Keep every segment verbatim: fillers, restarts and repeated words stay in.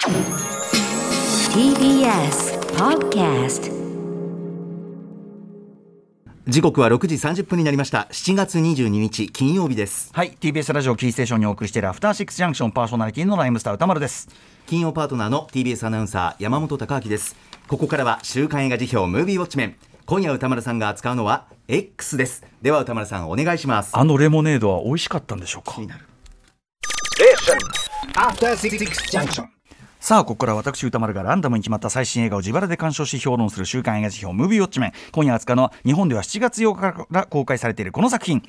ティービーエス Podcast。 時刻はろくじさんじゅっぷんになりました。しちがつにじゅうににち金曜日です。 はい、 ティービーエス ラジオキーステーションにお送りしているアフターシックスジャンクション、パーソナリティのライムスター歌丸です。 金曜パートナーの ティービーエス アナウンサー山本貴明です。ここからは週刊映画辞表ムービーウォッチメン。今夜歌丸さんが扱うのは X です。では歌丸さんお願いします。 あのレモネードは美味しかったんでしょうか。 気になる。 アフターシックスジャンクション。 さあ、ここから私歌丸がランダムに決まった最新映画を自腹で鑑賞し評論する週刊映画辞表ムービーウォッチメン。今夜扱うのは日本ではしちがつようかから公開されているこの作品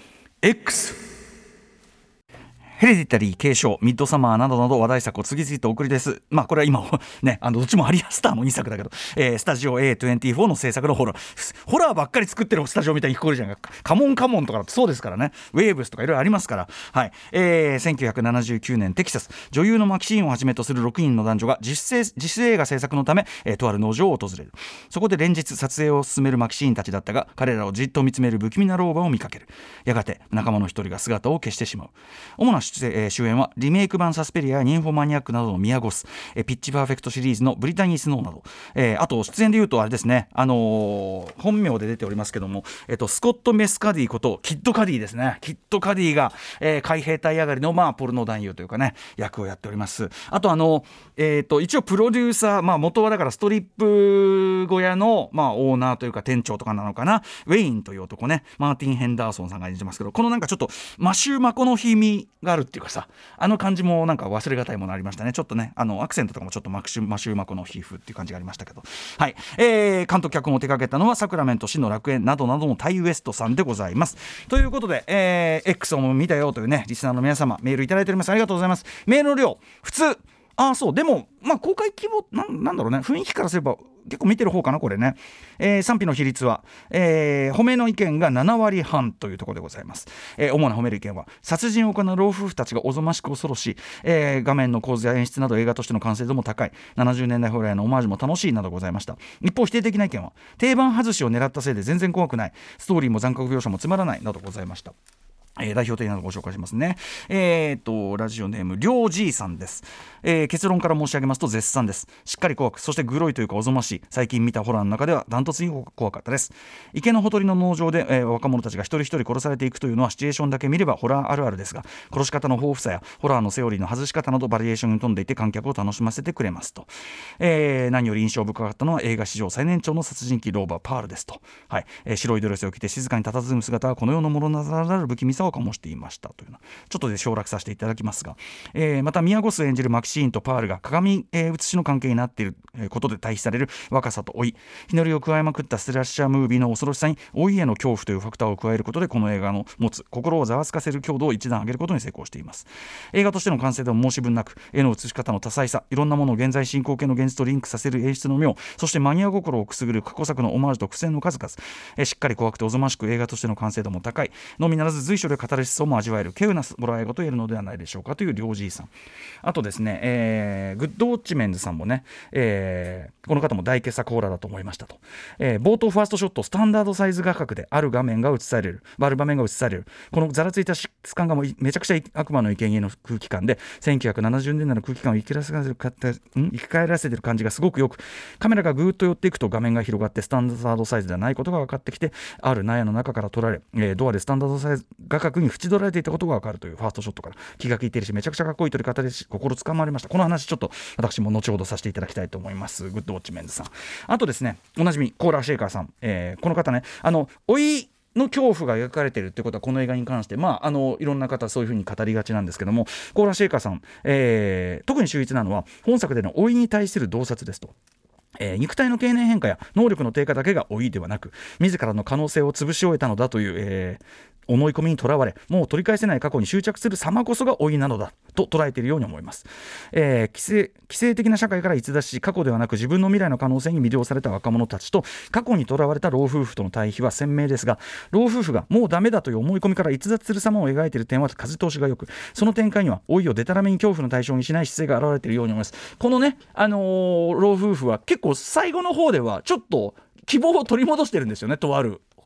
X。ヘレディタリー、継承、ミッドサマーなどなど話題作を次々とお送りです。まあこれは今ね、あのどっちもアリアスターのにさくだけど、えー、スタジオ エーにじゅうよん の制作のホラーホラーばっかり作ってるスタジオみたいに聞こえるじゃん。カモンカモンとかだってそうですからね。ウェーブスとかいろいろありますから、はい。えー、せんきゅうひゃくななじゅうきゅうねんテキサス、女優のマキシーンをはじめとするろくにんの男女が自主自主映画制作のため、えー、とある農場を訪れる。そこで連日撮影を進めるマキシーンたちだったが、彼らをじっと見つめる不気味な老婆を見かける。やがて仲間の一人が姿を消してしまう。主な出、えー、主演はリメイク版サスペリアやニンフォマニアックなどのミアゴス、えピッチパーフェクトシリーズのブリタニー・スノーなど、えー、あと出演でいうとあれですね、あのー、本名で出ておりますけども、えー、とスコット・メスカディことキッド・カディですね。キッド・カディが、えー、海兵隊上がりの、まあ、ポルノ男優というかね役をやっております。あとあの、えー、と一応プロデューサー、まあ、元はだからストリップ小屋の、まあ、オーナーというか店長とかなのかな、ウェインという男ね、マーティン・ヘンダーソンさんが演じますけど、このなんかちょっとマシューマコの秘密があるっていうかさ、あの感じもなんか忘れがたいものありましたね。ちょっとね、あのアクセントとかもちょっとマシュマシューマコの皮膚っていう感じがありましたけど、はい。えー、監督脚本を手掛けたのはサクラメント、死の楽園などなどのタイウエストさんでございます。ということで、えー、X を見たよというねリスナーの皆様メールいただいております。ありがとうございます。メールの量普通、ああそう、でもまあ公開規模 な, なんだろうね、雰囲気からすれば結構見てる方かなこれね。えー、賛否の比率は、えー、褒めの意見がななわりはんというところでございます。えー、主な褒める意見は、殺人を行う老夫婦たちがおぞましく恐ろしい、えー、画面の構図や演出など映画としての完成度も高い、ななじゅうねんだいホラーへのオマージュも楽しいなどございました。一方否定的な意見は、定番外しを狙ったせいで全然怖くない、ストーリーも残酷描写もつまらないなどございました。えー、代表的なのをご紹介しますね。えー、とラジオネームりょうじいさんです。えー、結論から申し上げますと絶賛です。しっかり怖く、そしてグロいというかおぞましい、最近見たホラーの中ではダントツに怖かったです。池のほとりの農場で、えー、若者たちが一人一人殺されていくというのはシチュエーションだけ見ればホラーあるあるですが、殺し方の豊富さやホラーのセオリーの外し方などバリエーションに富んでいて観客を楽しませてくれますと。えー、何より印象深かったのは映画史上最年長の殺人鬼ローバーパールですと。はい。えー、白いドレスを着て静かに佇む姿はこの世のものならなる不気味さを醸していましたというのちょっとで省略させていただきますが、えー、またミアゴス演じるマキシーンとパールが鏡、えー、写しの関係になっていることで対比される若さと老い、日のりを加えまくったスラッシャームービーの恐ろしさに老いへの恐怖というファクターを加えることで、この映画の持つ心をざわつかせる強度を一段上げることに成功しています。映画としての完成でも申し分なく、絵の写し方の多彩さ、いろんなものを現在進行形の現実とリンクさせる演出の妙、そしてマニア心をくすぐる過去作のオマージュと苦戦の数々、えー、しっかり怖くておぞましく映画としての完成度も高いのみならず随所で語る思想も味わえる稀有なホラー映画と言えるのではないでしょうかというりょうじいさん。あとですね、えー、グッドウォッチメンズさんもね、えー、この方も大傑作ホラーだと思いましたと。えー、冒頭ファーストショット、スタンダードサイズ画角である画面が映される、ある場面が映される、このざらついた質感がもうめちゃくちゃ悪魔の生贄の空気感でせんきゅうひゃくななじゅうねんだいの空気感を生きらせてるかん生き返らせてる感じがすごくよく、カメラがぐーっと寄っていくと画面が広がってスタンダードサイズではないことが分かってきて、ある納屋の中から撮られ、えー、ドアでスタンダードサイズ画角に縁取られていたことが分かるというファーストショットから気が利いているし、めちゃくちゃかっこいい撮り方ですし心つかまれました。この話ちょっと私も後ほどさせていただきたいと思います。グッドウォッチメンズさん。あとですね、おなじみコーラシェイカーさん、えー、この方ね、あの老いの恐怖が描かれているということはこの映画に関して、まあ、あのいろんな方そういうふうに語りがちなんですけども、コーラシェイカーさん、えー、特に秀逸なのは本作での老いに対する洞察ですと。えー、肉体の経年変化や能力の低下だけが老いではなく、自らの可能性を潰し終えたのだという、えー思い込みにとらわれ、もう取り返せない過去に執着する様こそが老いなのだと捉えているように思います。えー、規制、規制的な社会から逸脱し、過去ではなく自分の未来の可能性に魅了された若者たちと過去にとらわれた老夫婦との対比は鮮明ですが、老夫婦がもうダメだという思い込みから逸脱する様を描いている点は風通しがよく、その展開には老いをデタラメに恐怖の対象にしない姿勢が現れているように思います。このね、あのー、老夫婦は結構最後の方ではちょっと希望を取り戻してるんですよね、とある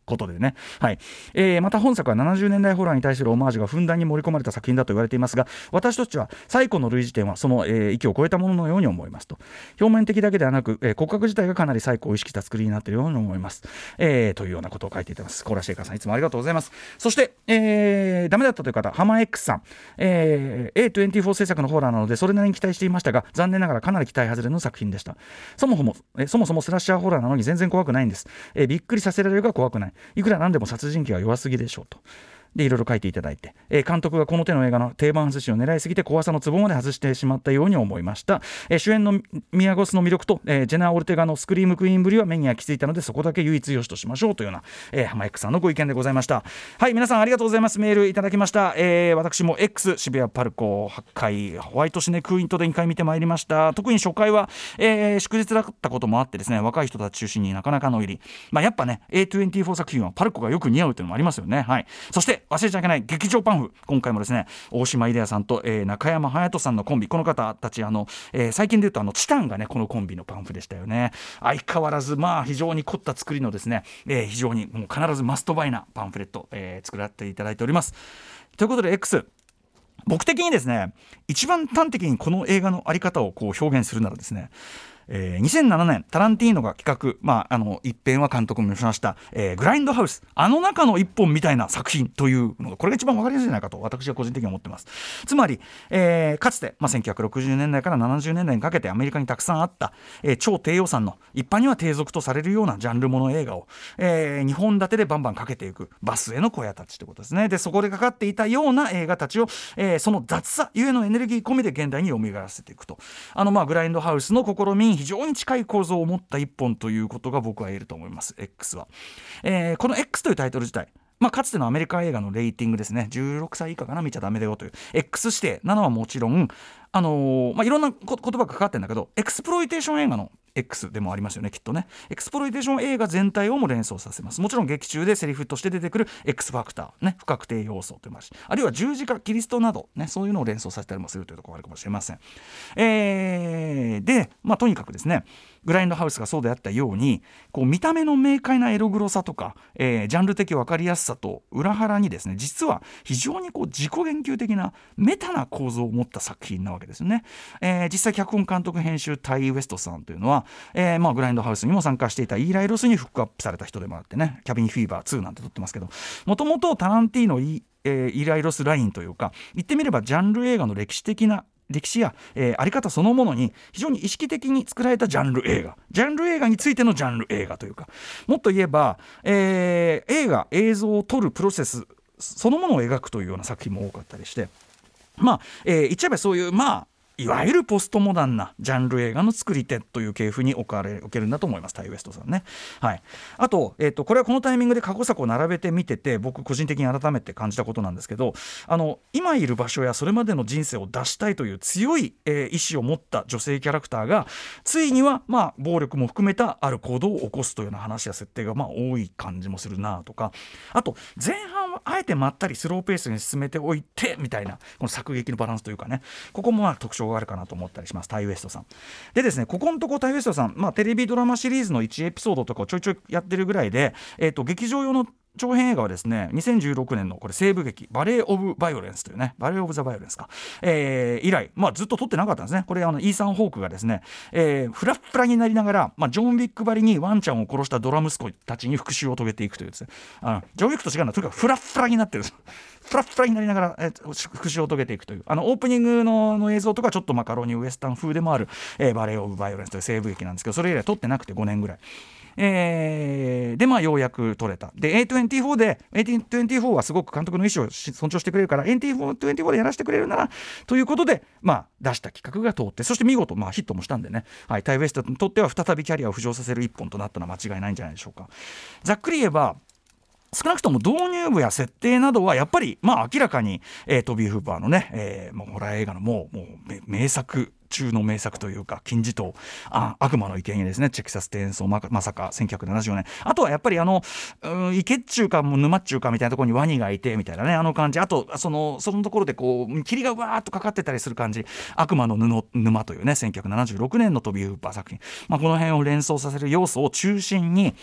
ことでね、はい。えー、また本作はななじゅうねんだいホラーに対するオマージュがふんだんに盛り込まれた作品だと言われていますが、私としては最古の類似点はその、えー、域を超えたもののように思いますと。表面的だけではなく、えー、骨格自体がかなり最古を意識した作りになっているように思います、えー、というようなことを書いています。コーラシェイカーさんいつもありがとうございます。そして、えー、ダメだったという方、ハマ X さん、えー、エーにじゅうよん 制作のホラーなのでそれなりに期待していましたが、残念ながらかなり期待外れの作品でした。そもそも、えー、そもそもスラッシャーホラーなのに全然怖くないんです、えー、びっくりさせられるが怖くない。いくらなんでも殺人鬼は弱すぎでしょうと。でいろいろ書いていただいて、えー、監督がこの手の映画の定番外しを狙いすぎて怖さのツボまで外してしまったように思いました、えー、主演のミヤゴスの魅力と、えー、ジェナ・オルテガのスクリームクイーンぶりは目に焼き付いたので、そこだけ唯一良しとしましょうというような、えー、浜 X さんのご意見でございました。はい、皆さんありがとうございます。メールいただきました、えー、私も X 渋谷パルコはちかいホワイトシネクイントでにかい見てまいりました。特に初回は、えー、祝日だったこともあってですね、若い人たち中心になかなかの入り、まあ、やっぱね エーにじゅうよん 作品はパルコがよく似合うというのもありますよね。はい、そして忘れちゃいけない劇場パンフ、今回もですね大島イデアさんと、えー、中山隼人さんのコンビ、この方たちあの、えー、最近でいうとあのチタンがねこのコンビのパンフでしたよね。相変わらずまあ非常に凝った作りのですね、えー、非常にもう必ずマストバイなパンフレット、えー、作らせていただいております。ということで X、僕的にですね一番端的にこの映画のあり方をこう表現するならですね、えー、にせんななねんタランティーノが企画、まあ、あの一編は監督もしました、えー、グラインドハウス、あの中の一本みたいな作品というのがこれが一番分かりやすいんじゃないかと私は個人的に思ってます。つまり、えー、かつて、まあ、せんきゅうひゃくろくじゅうねんだいからななじゅうねんだいにかけてアメリカにたくさんあった、えー、超低予算の一般には低俗とされるようなジャンルもの映画を、えー、にほん立てでバンバンかけていくバスへの小屋たちということですね。でそこでかかっていたような映画たちを、えー、その雑さゆえのエネルギー込みで現代に蘇らせていくと、あのまあグラインドハウスの試みに非常に近い構造を持った一本ということが僕は言えると思います。 X は、えー、この X というタイトル自体、まあ、かつてのアメリカ映画のレーティングですね、じゅうろくさい以下かな見ちゃダメだよという X 指定なのはもちろん、あのーまあ、いろんな言葉がかかってるんだけど、エクスプロイテーション映画の X でもありますよねきっとね。エクスプロイテーション映画全体をも連想させます。もちろん劇中でセリフとして出てくる X ファクター、ね、不確定要素という話、あるいは十字架キリストなど、ね、そういうのを連想させたりもするというところがあるかもしれません。えー、で、まあ、とにかくですねグラインドハウスがそうであったようにこう見た目の明快なエログロさとか、えー、ジャンル的分かりやすさと裏腹にですね実は非常にこう自己言及的なメタな構造を持った作品なわけですね。えー、実際脚本監督編集タイ・ウエストさんというのは、えーまあ、グラインドハウスにも参加していたイーライ・ロスにフックアップされた人でもあってね、キャビンフィーバーツーなんて撮ってますけど、もともとタランティーノイ、えー、イーライ・ロスラインというか言ってみればジャンル映画の歴史的な歴史や、えー、あり方そのものに非常に意識的に作られたジャンル映画ジャンル映画についてのジャンル映画というか、もっと言えば、えー、映画映像を撮るプロセスそのものを描くというような作品も多かったりして、まあ、えー、言っちゃえばそういうまあいわゆるポストモダンなジャンル映画の作り手という系譜に置かれ置けるんだと思います、タイ・ウエストさんね。はい、あと、えーと、これはこのタイミングで過去作を並べて見てて僕個人的に改めて感じたことなんですけど、あの今いる場所やそれまでの人生を出したいという強い、えー、意志を持った女性キャラクターがついには、まあ、暴力も含めたある行動を起こすというような話や設定が、まあ、多い感じもするなとか、あと前半はあえてまったりスローペースに進めておいてみたいなこの作劇のバランスというかね、ここもまあ特徴があるかなと思ったりします、タイ・ウエストさんでですね。ここのとこタイ・ウエストさん、まあ、テレビドラマシリーズのいちエピソードとかをちょいちょいやってるぐらいで、えーと、劇場用の長編映画はですねにせんじゅうろくねんのこれ西部劇バレー・オブ・バイオレンスというね、バレー・オブ・ザ・バイオレンスか、えー、以来、まあ、ずっと撮ってなかったんですね。これあのイーサン・ホークがですね、えー、フラッフラになりながら、まあ、ジョン・ウィックばりにワンちゃんを殺したドラ息子たちに復讐を遂げていくというですね、あジョン・ウィックと違うのはとにかくフラッフラになってるフラッフラになりながら、えー、復讐を遂げていくという、あのオープニング の, の映像とかちょっとマカロニウエスタン風でもある、えー、バレー・オブ・バイオレンスという西部劇なんですけど、それ以来撮ってなくてごねんぐらい、えー、でまあようやく撮れた。で エーにじゅうよん で エーにじゅうよん はすごく監督の意思を尊重してくれるから エーにじゅうよん でやらせてくれるならということで、まあ、出した企画が通って、そして見事、まあ、ヒットもしたんでね、はい、タイ・ウエストにとっては再びキャリアを浮上させる一本となったのは間違いないんじゃないでしょうか。ざっくり言えば少なくとも導入部や設定などはやっぱり、まあ、明らかに、えー、トビー・フーパーのね、えー、もうホラー映画のもう、もう名作中の名作というか金字塔、あ悪魔の生贄ですね、チェキサス・テインソー、ま, まさかせんきゅうひゃくななじゅうよねん、あとはやっぱりあの池っちゅうかもう沼っちゅうかみたいなところにワニがいてみたいなね、あの感じ、あとそのそのところでこう霧がわーっとかかってたりする感じ、悪魔の布沼というねせんきゅうひゃくななじゅうろくねんのトビー・フーパー作品、まあ、この辺を連想させる要素を中心に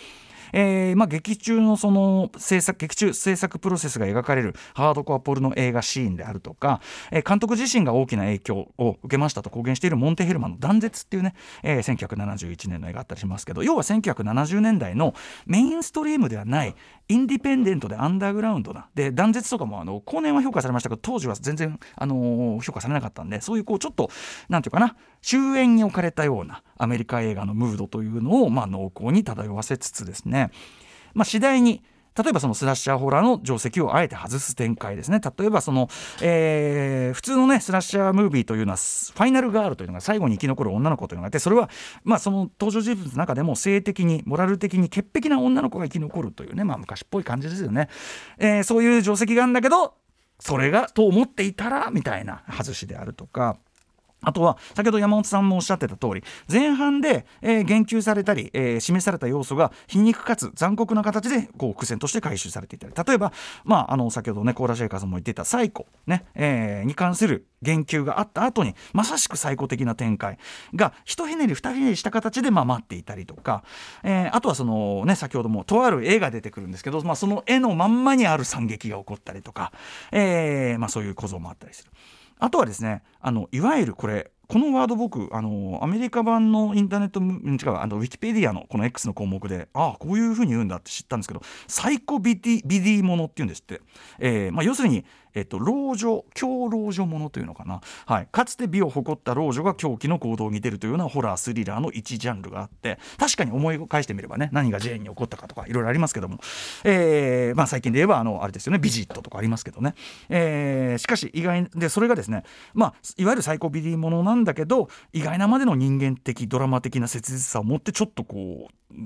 えーまあ、劇中のその制作劇中制作プロセスが描かれるハードコアポルノ映画シーンであるとか、えー、監督自身が大きな影響を受けましたと公言しているモンテ・ヘルマンの断絶っていうね、えー、せんきゅうひゃくななじゅういちねんの映画あったりしますけど、要はせんきゅうひゃくななじゅうねんだいのメインストリームではないインディペンデントでアンダーグラウンドなで、断絶とかもあの後年は評価されましたけど当時は全然、あのー、評価されなかったんで、そういうこうちょっとなんていうかな、終焉に置かれたようなアメリカ映画のムードというのを、まあ、濃厚に漂わせつつですね、まあ、次第に例えばそのスラッシャーホラーの定石をあえて外す展開ですね。例えばその、えー、普通のねスラッシャームービーというのはファイナルガールというのが最後に生き残る女の子というのがあって、それはまあその登場人物の中でも性的にモラル的に潔癖な女の子が生き残るというね、まあ昔っぽい感じですよね。えー、そういう定石があるんだけど、それがと思っていたらみたいな外しであるとか、あとは先ほど山本さんもおっしゃってた通り、前半で、えー、言及されたり、えー、示された要素が皮肉かつ残酷な形でこう伏線として回収されていたり、例えば、まあ、あの先ほどねコーラシェイカーさんも言っていたサイコ、ねえー、に関する言及があった後にまさしくサイコ的な展開が一ひねり二ひねりした形でまあ待っていたりとか、えー、あとはその、ね、先ほどもとある絵が出てくるんですけど、まあ、その絵のまんまにある惨劇が起こったりとか、えーまあ、そういう構造もあったりする。あとはですね、あのいわゆるこれこのワード僕あのアメリカ版のインターネット違うあのウィキペディアのこの X の項目で、ああこういう風に言うんだって知ったんですけど、サイコビディビディものっていうんですって、えーまあ、要するにえっと、老女狂老女ものというのかな、はい、かつて美を誇った老女が狂気の行動に出るというようなホラースリラーの一ジャンルがあって、確かに思い返してみればね、何がジェーンに起こったかとかいろいろありますけども、えーまあ、最近で言えばあのあれですよね、ビジットとかありますけどね、えー、しかし意外でそれがですね、まあ、いわゆるサイコビディものなんだけど意外なまでの人間的ドラマ的な切実さを持ってちょっとこううん、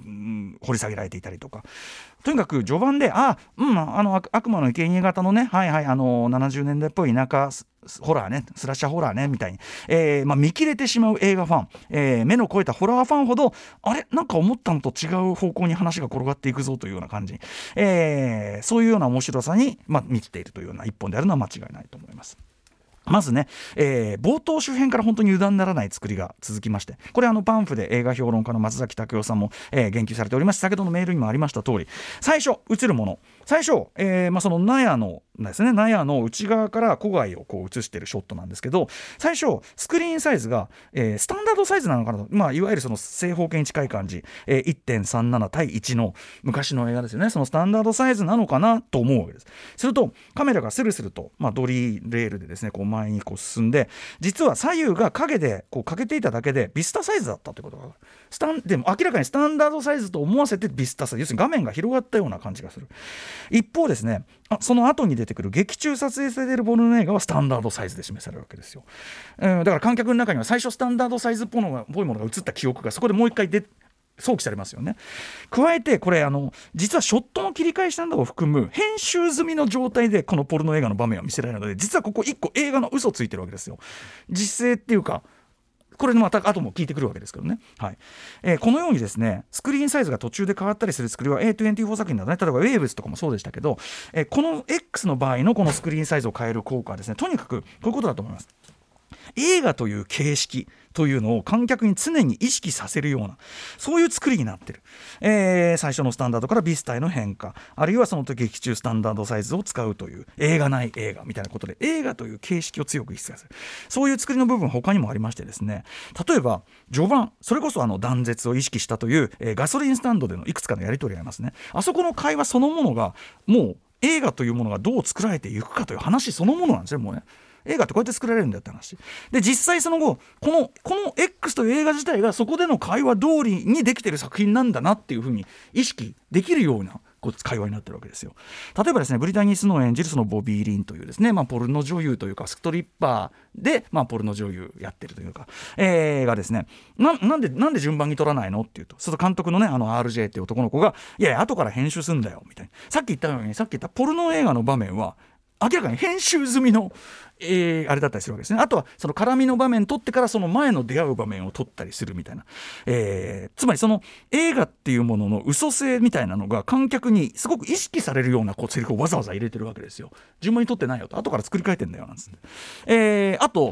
掘り下げられていたりとか、とにかく序盤であ、うん、あの悪魔の生贄型のね、はいはい、あのななじゅうねんだいっぽい田舎ホラーね、スラッシャーホラーねみたいに、えーまあ、見切れてしまう映画ファン、えー、目の肥えたホラーファンほどあれなんか思ったのと違う方向に話が転がっていくぞというような感じ、えー、そういうような面白さに、まあ、満ちているというような一本であるのは間違いないと思います。まずね、えー、冒頭周辺から本当に油断ならない作りが続きまして、これあのパンフで映画評論家の松崎武夫さんも、えー、言及されております。先ほどのメールにもありました通り、最初映るもの、最初、えーまあ、その納屋のですね、納屋の内側から戸外をこう映しているショットなんですけど、最初スクリーンサイズが、えー、スタンダードサイズなのかなと、まあ、いわゆるその正方形に近い感じ、えー、いってんさんななたいいちの昔の映画ですよね、そのスタンダードサイズなのかなと思うわけです。するとカメラがスルスルと、まあ、ドリーレールでですねこう前にこう進んで、実は左右が影でこう欠けていただけでビスタサイズだったということがスタンでも明らかにスタンダードサイズと思わせてビスタサイズ、要するに画面が広がったような感じがする。一方ですね、あその後に出てくる劇中撮影されているボルノ映画はスタンダードサイズで示されるわけですよ、えー、だから観客の中には最初スタンダードサイズっぽいものが映った記憶がそこでもう一回で想起されますよね。加えてこれあの実はショットの切り返しなどを含む編集済みの状態でこのポルノ映画の場面を見せられるので、実はここ一個映画の嘘ついてるわけですよ。実勢っていうかこれまた後も聞いてくるわけですけどね、はいえー、このようにですねスクリーンサイズが途中で変わったりする作りは エーにじゅうよん 作品などね、例えばウェーブスとかもそうでしたけど、えー、この X の場合のこのスクリーンサイズを変える効果はですね、とにかくこういうことだと思います。映画という形式というのを観客に常に意識させるようなそういう作りになってる、えー、最初のスタンダードからビスタへの変化、あるいはその時劇中スタンダードサイズを使うという映画内映画みたいなことで映画という形式を強く意識させる、そういう作りの部分他にもありましてですね、例えば序盤それこそあの断絶を意識したという、えー、ガソリンスタンドでのいくつかのやり取りがありますね。あそこの会話そのものがもう映画というものがどう作られていくかという話そのものなんですよ。もうね映画ってこうやって作られるんだよって話で、実際その後このこの X という映画自体がそこでの会話通りにできてる作品なんだなっていう風に意識できるようなこう会話になってるわけですよ。例えばですね、ブリタニー・スノーを演じるそのボビー・リンというですね、まあ、ポルノ女優というかストリッパーで、まあ、ポルノ女優やってるというか、えー、がですね な, なんでなんで順番に撮らないのっていうと、その監督のねあの アールジェー っていう男の子がいやいや後から編集すんだよみたいな、さっき言ったようにさっき言ったポルノ映画の場面は明らかに編集済みの、えー、あれだったりするわけですね。あとはその絡みの場面撮ってからその前の出会う場面を撮ったりするみたいな、えー、つまりその映画っていうものの嘘性みたいなのが観客にすごく意識されるようなこうセリフをわざわざ入れてるわけですよ。順番に撮ってないよと後から作り変えてんだよなんつって、えー、あと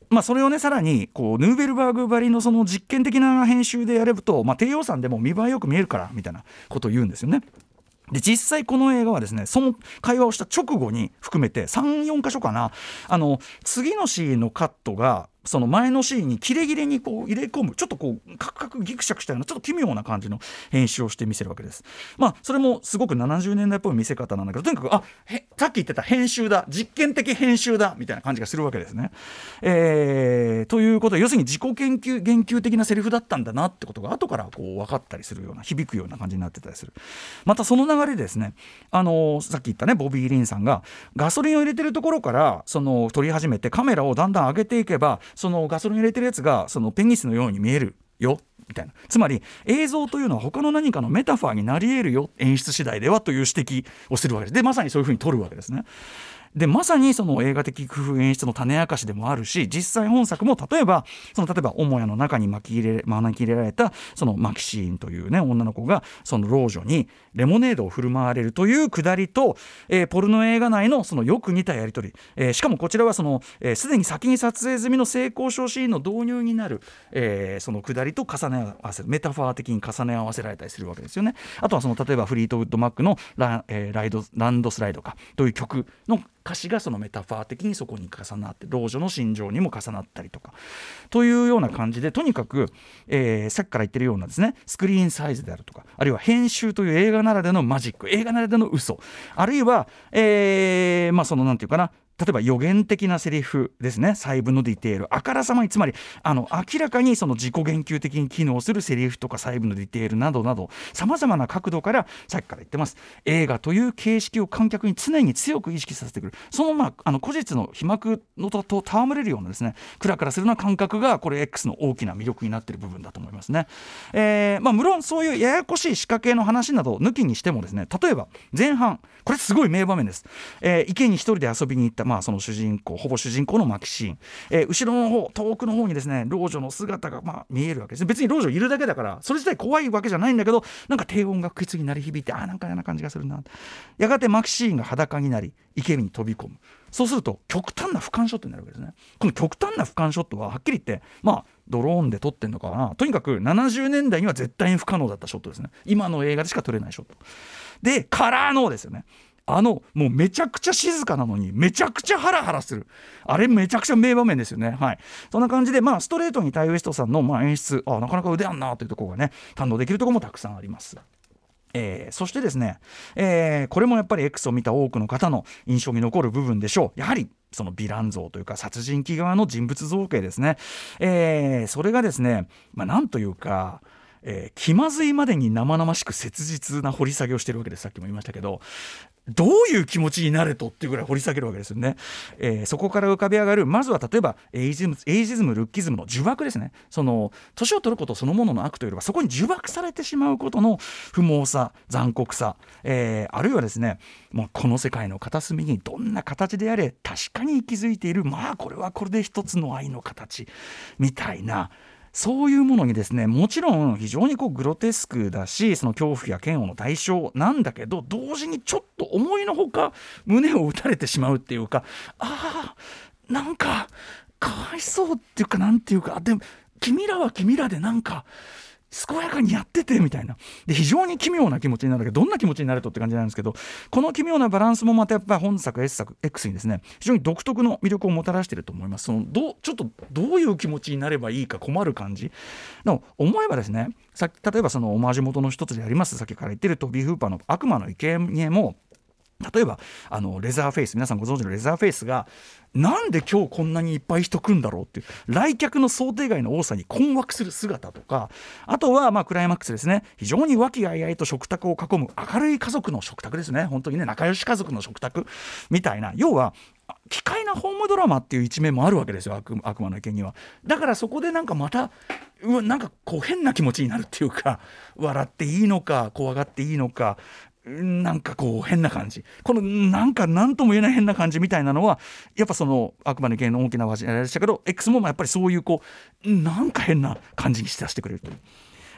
まあ、それをねさらにこうヌーベルバーグばりのその実験的な編集でやれると、まあ、低予算でも見栄えよく見えるからみたいなことを言うんですよね。で実際この映画はですねその会話をした直後に含めて さん,よん 箇所かな、あの次のシーンのカットがその前のシーンに切れ切れにこう入れ込む、ちょっとこうカクカクギクシャクしたようなちょっと奇妙な感じの編集をして見せるわけです。まあそれもすごくななじゅうねんだいっぽい見せ方なんだけど、とにかくあへさっき言ってた編集だ、実験的編集だみたいな感じがするわけですね。えー、ということで要するに自己研究言及的なセリフだったんだなってことが後からこう分かったりするような、響くような感じになってたりする。またその流れでですね、あのー、さっき言ったねボビー・リンさんがガソリンを入れてるところからその撮り始めてカメラをだんだん上げていけば、そのガソリン入れてるやつがそのペンギスのように見えるよみたいな、つまり映像というのは他の何かのメタファーになり得るよ演出次第ではという指摘をするわけです。でまさにそういうふうに撮るわけですね。でまさにその映画的工夫演出の種明かしでもあるし、実際本作も例えばその例えば母屋の中に巻き入れ招き入れられたそのマキシーンというね女の子がその老女にレモネードを振る舞われるというくだりと、えー、ポルノ映画内のそのよく似たやり取り、えー、しかもこちらはそのすで、えー、に先に撮影済みの性交渉シーンの導入になる、えー、そのくだりと重ね合わせる、メタファー的に重ね合わせられたりするわけですよね。あとはその例えばフリートウッドマックのラ、えー、ライドランドスライドかという曲の歌詞がそのメタファー的にそこに重なって、老女の心情にも重なったりとかというような感じで、とにかく、えー、さっきから言ってるようなですねスクリーンサイズであるとか、あるいは編集という映画ならでのマジック、映画ならでの嘘、あるいは、えー、まあそのなんていうかな、例えば予言的なセリフですね、細部のディテール、あからさまに、つまりあの明らかにその自己言及的に機能するセリフとか細部のディテールなどなど、さまざまな角度からさっきから言ってます映画という形式を観客に常に強く意識させてくる、そのまああの古実の被膜のとと戯れるようなですねクラクラするような感覚がこれ X の大きな魅力になっている部分だと思いますね。えーまあ、無論そういうややこしい仕掛けの話など抜きにしてもですね、例えば前半これすごい名場面です。えー、池に一人で遊びに行った、まあ、その主人公ほぼ主人公のマキシーン、えー、後ろの方遠くの方にですね老女の姿がまあ見えるわけです。別に老女いるだけだからそれ自体怖いわけじゃないんだけど、なんか低音が不吉に鳴り響いて、あーなんか嫌な感じがするな。やがてマキシーンが裸になり池に飛び込む。そうすると極端な俯瞰ショットになるわけですね。この極端な俯瞰ショットははっきり言ってまあドローンで撮ってんのかな、とにかくななじゅうねんだいには絶対に不可能だったショットですね。今の映画でしか撮れないショットで、カラーのですよね、あのもうめちゃくちゃ静かなのにめちゃくちゃハラハラする、あれめちゃくちゃ名場面ですよね。はい、そんな感じで、まあ、ストレートにタイウエストさんのまあ演出、あなかなか腕あんなというところがね堪能できるところもたくさんあります。えー、そしてですね、えー、これもやっぱり X を見た多くの方の印象に残る部分でしょう。やはりそのヴィラン像というか殺人鬼側の人物造形ですね。えー、それがですね、まあ、なんというかえー、気まずいまでに生々しく切実な掘り下げをしてるわけです。さっきも言いましたけど、どういう気持ちになれとっていうぐらい掘り下げるわけですよね。えー、そこから浮かび上がる、まずは例えばエイジズム、エイジズムルッキズムの呪縛ですね。その年を取ることそのものの悪というよりはそこに呪縛されてしまうことの不毛さ、残酷さ、えー、あるいはですね、もうこの世界の片隅にどんな形であれ確かに息づいている、まあこれはこれで一つの愛の形みたいな、そういうものにですね、もちろん非常にこうグロテスクだし、その恐怖や嫌悪の対象なんだけど、同時にちょっと思いのほか胸を打たれてしまうっていうか、あーなんかかわいそうっていうか、なんていうか、でも君らは君らでなんか健やかにやっててみたいな、で非常に奇妙な気持ちになるけど、どんな気持ちになるとって感じなんですけど、この奇妙なバランスもまたやっぱり本作 S 作 X にですね非常に独特の魅力をもたらしていると思います。そのどちょっとどういう気持ちになればいいか困る感じの思えばですね、さ例えばそのオマージュ元の一つでありますさっきから言ってるトビー・フーパーの悪魔の生贄も、例えばあのレザーフェイス、皆さんご存知のレザーフェイスがなんで今日こんなにいっぱい人来るんだろうっていう来客の想定外の多さに困惑する姿とか、あとはまあクライマックスですね、非常に和気あいあいと食卓を囲む明るい家族の食卓ですね、本当にね仲良し家族の食卓みたいな、要は奇怪なホームドラマっていう一面もあるわけですよ、 悪, 悪魔の生贄には。だからそこでなんかまたうわなんかこう変な気持ちになるっていうか、笑っていいのか怖がっていいのか、なんかこう変な感じ、このなんか何とも言えない変な感じみたいなのはやっぱその悪魔の生贄の大きな話でしたけど、 X もやっぱりそういうこうなんか変な感じにして出してくれるという、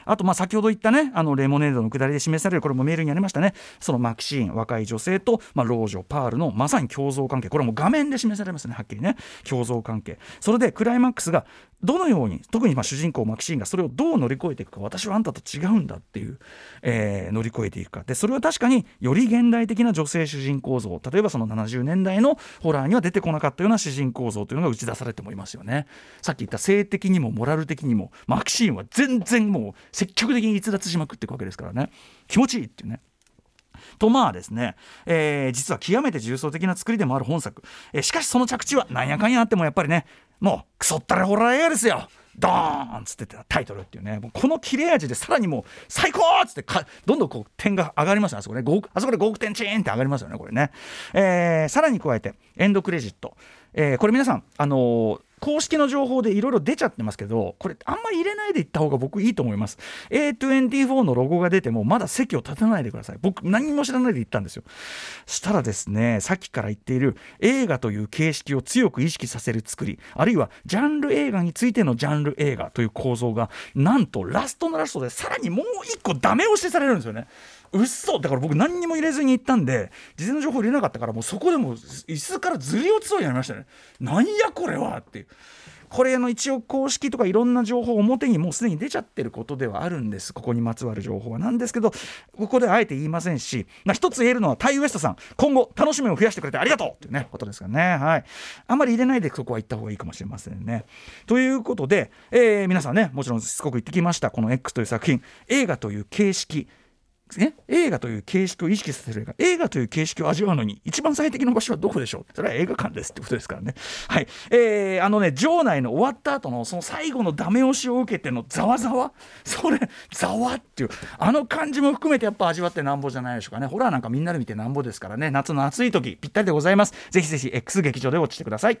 あとまあ先ほど言ったねあのレモネードの下りで示される、これもメールにありましたね、そのマキシーン、若い女性と、まあ、老女パールのまさに共存関係、これはもう画面で示されますね、はっきりね、共存関係。それでクライマックスがどのように、特にまあ主人公マキシーンがそれをどう乗り越えていくか、私はあんたと違うんだっていう、えー、乗り越えていくかで、それは確かにより現代的な女性主人公像、例えばそのななじゅうねんだいのホラーには出てこなかったような主人公像というのが打ち出されてもいますよね。さっき言った性的にもモラル的にもマキシーンは全然もう積極的に逸脱しまくっていくわけですからね、気持ちいいっていうね。とまあですね、えー、実は極めて重層的な作りでもある本作、えー、しかしその着地はなんやかんやあってもやっぱりね、もうクソったれホラー映画ですよ、ドーンっつってタイトルっていうね、もうこの切れ味でさらにもう最高っつってかどんどんこう点が上がりますよね、あそこね、あそこでごおくてんチーンって上がりますよねこれね、えー、さらに加えてエンドクレジット、えー、これ皆さんあのー公式の情報でいろいろ出ちゃってますけど、これあんまり入れないでいった方が僕いいと思います。 エーにじゅうよん のロゴが出てもまだ席を立たないでください。僕何も知らないで言ったんですよ。したらですね、さっきから言っている映画という形式を強く意識させる作り、あるいはジャンル映画についてのジャンル映画という構造がなんとラストのラストでさらにもう一個ダメ押しされるんですよね。うっそだから僕何にも入れずに行ったんで、事前の情報入れなかったから、もうそこでも椅子からずり落ちそうになりましたね。なんやこれはっていう。これの一応公式とかいろんな情報表にもうすでに出ちゃってることではあるんです。ここにまつわる情報はなんですけど、ここであえて言いませんし、まあ、一つ言えるのはタイウエストさん、今後楽しみを増やしてくれてありがとうっていうねことですからね。はい、あんまり入れないでそこは言った方がいいかもしれませんね。ということで、えー、皆さんねもちろんしつこく言ってきましたこの X という作品、映画という形式ね、映画という形式を意識させる映画、映画という形式を味わうのに一番最適な場所はどこでしょう。それは映画館ですってことですからね。はい、えー、あのね場内の終わった後のその最後のダメ押しを受けてのざわざわ、それざわっていうあの感じも含めてやっぱ味わってなんぼじゃないでしょうかね。ホラーなんかみんなで見てなんぼですからね。夏の暑い時ぴったりでございます。ぜひぜひ X 劇場でウォッチしてください。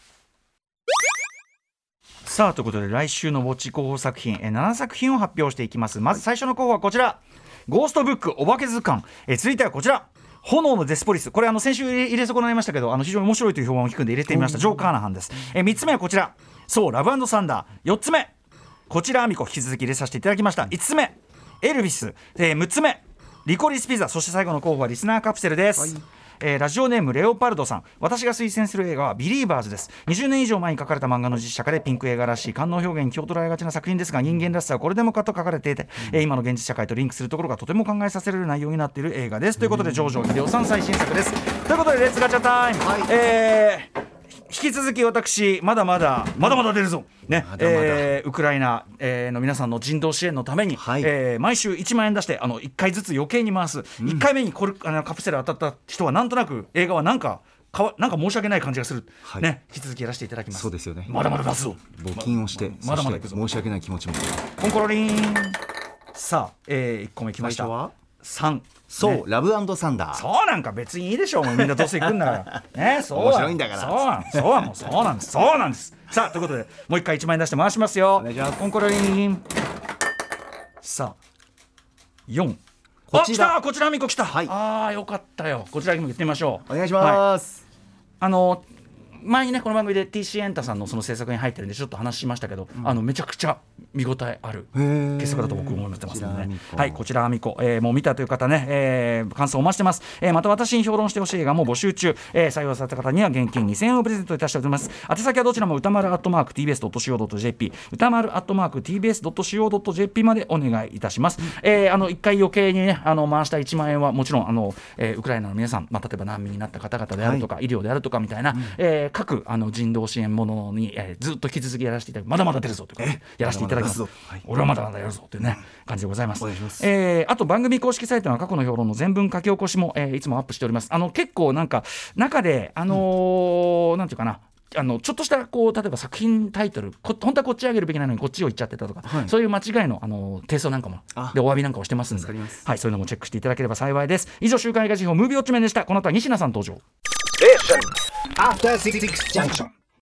さあということで来週のウォッチ候補作品えななさく品を発表していきます。まず最初の候補はこちら、ゴーストブックお化け図鑑、え続いてはこちら炎のデスポリス、これあの先週入れ損なりましたけどあの非常に面白いという評判を聞くんで入れてみました。ジョー・カーナハンです。えみっつめはこちら、そうラブ&サンダー、よっつめこちらアミコ、引き続き入れさせていただきました。いつつめエルヴィス、えー、むっつめリコリスピザ、そして最後の候補はリスナーカプセルです。はい、えー、ラジオネームレオパルドさん、私が推薦する映画はビリーバーズです。にじゅうねん以上前に書かれた漫画の実写化でピンク映画らしい官能表現に気を取られがちな作品ですが、人間らしさはこれでもかと書かれていて、うん、えー、今の現実社会とリンクするところがとても考えさせられる内容になっている映画です。ということで上場秀夫さん最新作です。ということでレッツガチャタイム、はい、えー引き続き私まだまだまだまだ出るぞ、ね、まだまだえー、ウクライナ、えー、の皆さんの人道支援のために、はい、えー、毎週いちまんえん出してあのいっかいずつ余計に回す、うん、いっかいめにコルあのカプセル当たった人はなんとなく映画はなんかかわなんか申し訳ない感じがする、はい、ね、引き続きやらせていただきます。 そうですよね、 まだまだ出すぞ、 募金をして、ま、まだまだいくぞ、申し訳ない気持ちもコンコロリン。さあ、えー、いっこめきました。最初はさん、 そう、ね、ラブ&サンダー。 そうなんか別にいいでしょう、もうみんなどうせ行くんだからね、そう面白いんだからそうなんそうなんそうなんですそうなんです。さあということでもう一回いちまんえん出して回しますよ。 お願いします。 コンコロリン。さあよん、 こちらあ来た、こちらアミコ来た、はい、ああよかったよ、こちらにも行ってみましょう。 お願いします、 はい、あの前にねこの番組で ティーシー エンタさんのその制作に入ってるんでちょっと話しましたけど、うん、あのめちゃくちゃ見応えある傑作だと僕思ってますので、ね、はい、こちらアミコ、えー、もう見たという方ね、えー、感想をお待ちしてます。えー、また私に評論してほしい映画も募集中、えー、採用された方には現金にせんえんをプレゼントいたしております。宛先はどちらも歌丸アットマーク ティービーエスドットシーオードットジェーピー 歌丸アットマーク ティービーエスドットシーオードットジェーピー までお願いいたします。うん、えー、あのいっかい余計にねあの回したいちまんえんはもちろんあの、えー、ウクライナの皆さん、まあ、例えば難民になった方々であるとか、はい、医療であるとかみたいな、うん、えー、各あの人道支援ものに、えー、ずっと引き続きやらせていただき、まだまだ出るぞということでやらせていただきます。まだまだ、はい、俺はまだまだやるぞというね、うん、感じでございます。えー、あと番組公式サイトの過去の評論の全文書き起こしも、えー、いつもアップしております。あの結構なんか中であのーうん、なんていうかな、あのちょっとしたこう例えば作品タイトルこ本当はこっち上げるべきなのにこっちを言っちゃってたとか、はい、そういう間違いのあの提訴なんかもでお詫びなんかをしてますんで、はい、そういうのもチェックしていただければ幸いです。以上週刊映画辞表ムービーウォッチメンでした。この後は西名さん登場。